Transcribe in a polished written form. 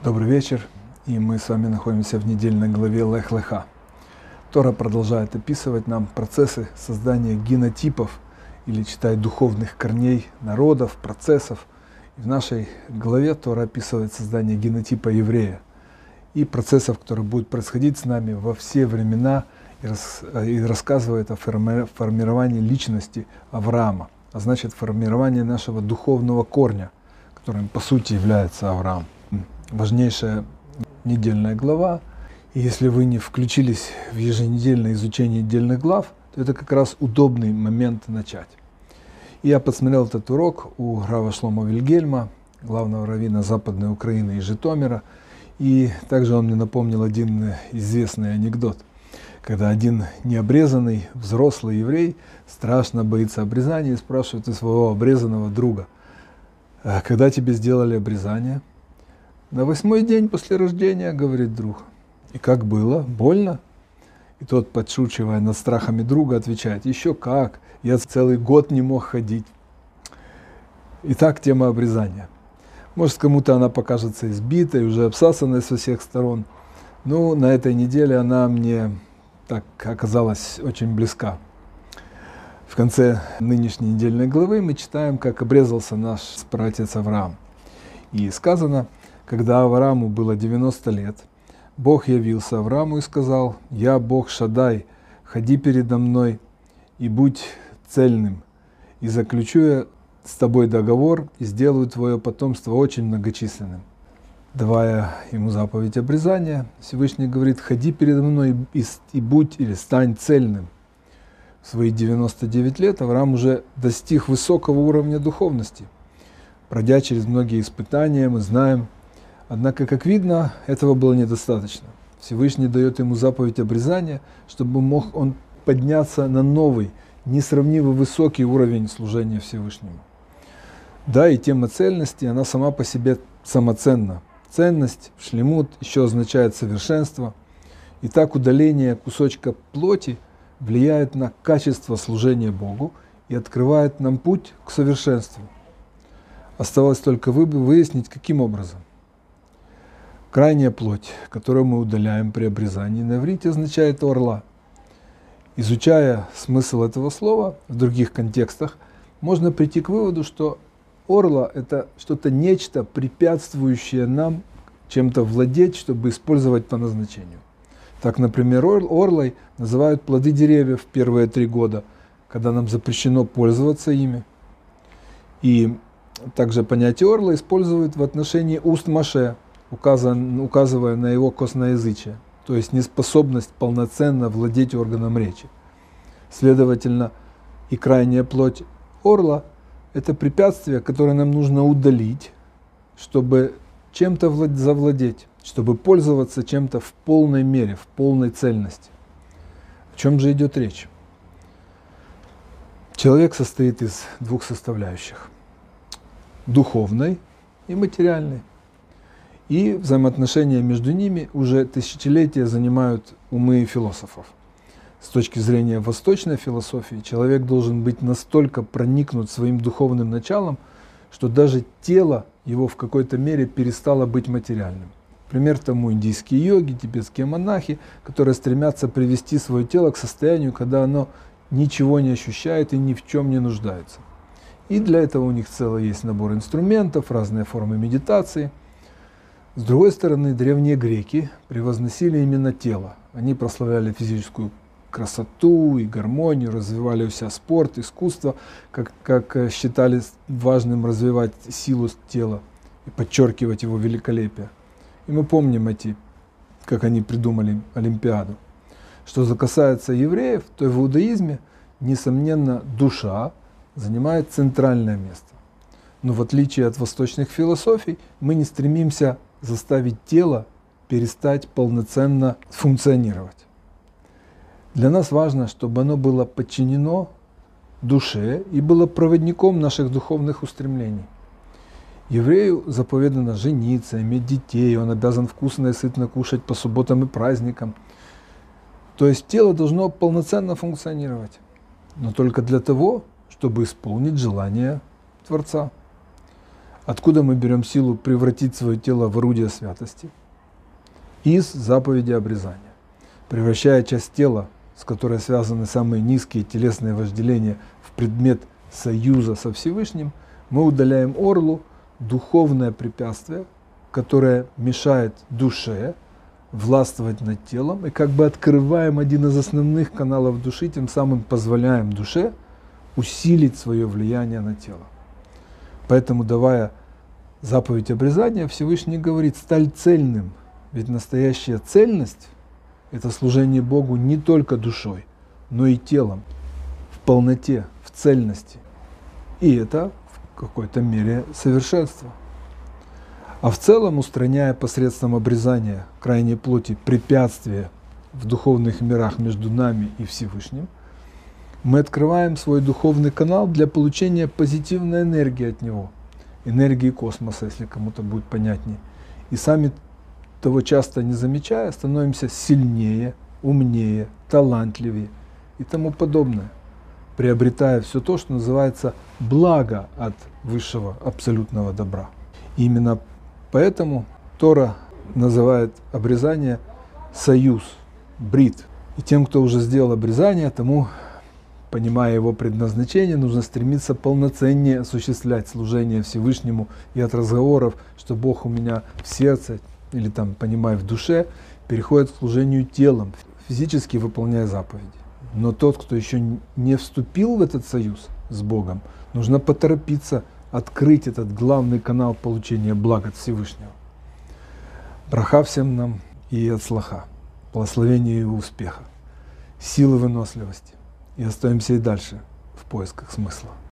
Добрый вечер, и мы с вами находимся в недельной главе Лех Леха. Тора продолжает описывать нам процессы создания генотипов, или читай духовных корней народов, процессов. И в нашей главе Тора описывает создание генотипа еврея и процессов, которые будут происходить с нами во все времена, и рассказывает о формировании личности Авраама, а значит формировании нашего духовного корня, которым по сути является Авраам. Важнейшая недельная глава, и если вы не включились в еженедельное изучение недельных глав, то это как раз удобный момент начать. И я посмотрел этот урок у Рава Шломо Вильгельма, главного раввина Западной Украины и Житомира, и также он мне напомнил один известный анекдот, когда один необрезанный взрослый еврей страшно боится обрезания и спрашивает у своего обрезанного друга: «А когда тебе сделали обрезание?» «На 8-й день после рождения», — говорит друг. «И как было? Больно?» И тот, подшучивая над страхами друга, отвечает: «Еще как, я целый год не мог ходить». Итак, тема обрезания. Может, кому-то она покажется избитой, уже обсасанной со всех сторон, но на этой неделе она мне так оказалась очень близка. В конце нынешней недельной главы мы читаем, как обрезался наш праотец Авраам. И сказано: когда Аврааму было 90 лет, Бог явился Аврааму и сказал: «Я Бог Шадай, ходи передо мной и будь цельным, и заключу я с тобой договор и сделаю твое потомство очень многочисленным». Давая ему заповедь обрезания, Всевышний говорит: «Ходи передо мной и будь или стань цельным». В свои 99 лет Авраам уже достиг высокого уровня духовности, пройдя через многие испытания, мы знаем. Однако, как видно, этого было недостаточно. Всевышний дает ему заповедь обрезания, чтобы мог он подняться на новый, несравнимо высокий уровень служения Всевышнему. Да, и тема цельности, она сама по себе самоценна. Ценность, шлемут, еще означает совершенство. И так удаление кусочка плоти влияет на качество служения Богу и открывает нам путь к совершенству. Оставалось только выяснить, каким образом. Крайняя плоть, которую мы удаляем при обрезании, на иврите означает орла. Изучая смысл этого слова в других контекстах, можно прийти к выводу, что орла – это что-то, нечто, препятствующее нам чем-то владеть, чтобы использовать по назначению. Так, например, орлой называют плоды деревьев в первые 3 года, когда нам запрещено пользоваться ими. И также понятие орла используют в отношении уст Моше, указывая на его косноязычие, то есть неспособность полноценно владеть органом речи. Следовательно, и крайняя плоть орла – это препятствие, которое нам нужно удалить, чтобы чем-то завладеть, чтобы пользоваться чем-то в полной мере, в полной цельности. О чем же идет речь? Человек состоит из 2 составляющих – духовной и материальной. И взаимоотношения между ними уже тысячелетия занимают умы философов. С точки зрения восточной философии, человек должен быть настолько проникнут своим духовным началом, что даже тело его в какой-то мере перестало быть материальным. Пример тому индийские йоги, тибетские монахи, которые стремятся привести свое тело к состоянию, когда оно ничего не ощущает и ни в чем не нуждается. И для этого у них целый есть набор инструментов, разные формы медитации. С другой стороны, древние греки превозносили именно тело. Они прославляли физическую красоту и гармонию, развивали у себя спорт, искусство, как считали важным развивать силу тела и подчеркивать его великолепие. И мы помним как они придумали Олимпиаду. Что же касается евреев, то в иудаизме, несомненно, душа занимает центральное место. Но в отличие от восточных философий, мы не стремимся заставить тело перестать полноценно функционировать. Для нас важно, чтобы оно было подчинено душе и было проводником наших духовных устремлений. Еврею заповедано жениться, иметь детей, он обязан вкусно и сытно кушать по субботам и праздникам. То есть тело должно полноценно функционировать, но только для того, чтобы исполнить желание Творца. Откуда мы берем силу превратить свое тело в орудие святости? Из заповеди обрезания. Превращая часть тела, с которой связаны самые низкие телесные вожделения, в предмет союза со Всевышним, мы удаляем орлу духовное препятствие, которое мешает душе властвовать над телом, и как бы открываем один из основных каналов души, тем самым позволяем душе усилить свое влияние на тело. Поэтому, давая заповедь обрезания, Всевышний говорит: стань цельным, ведь настоящая цельность – это служение Богу не только душой, но и телом, в полноте, в цельности. И это в какой-то мере совершенство. А в целом, устраняя посредством обрезания крайней плоти препятствия в духовных мирах между нами и Всевышним, мы открываем свой духовный канал для получения позитивной энергии от него, энергии космоса, если кому-то будет понятнее. И сами того часто не замечая, становимся сильнее, умнее, талантливее и тому подобное, приобретая все то, что называется благо от высшего абсолютного добра. И именно поэтому Тора называет обрезание союз, брит. И тем, кто уже сделал обрезание, тому, понимая его предназначение, нужно стремиться полноценнее осуществлять служение Всевышнему, и от разговоров, что Бог у меня в сердце или там, понимая, в душе, переходит к служению телом, физически выполняя заповеди. Но тот, кто еще не вступил в этот союз с Богом, нужно поторопиться открыть этот главный канал получения благ от Всевышнего. Браха всем нам и ацлаха, благословения и успеха, силы выносливости. И остаемся и дальше в поисках смысла.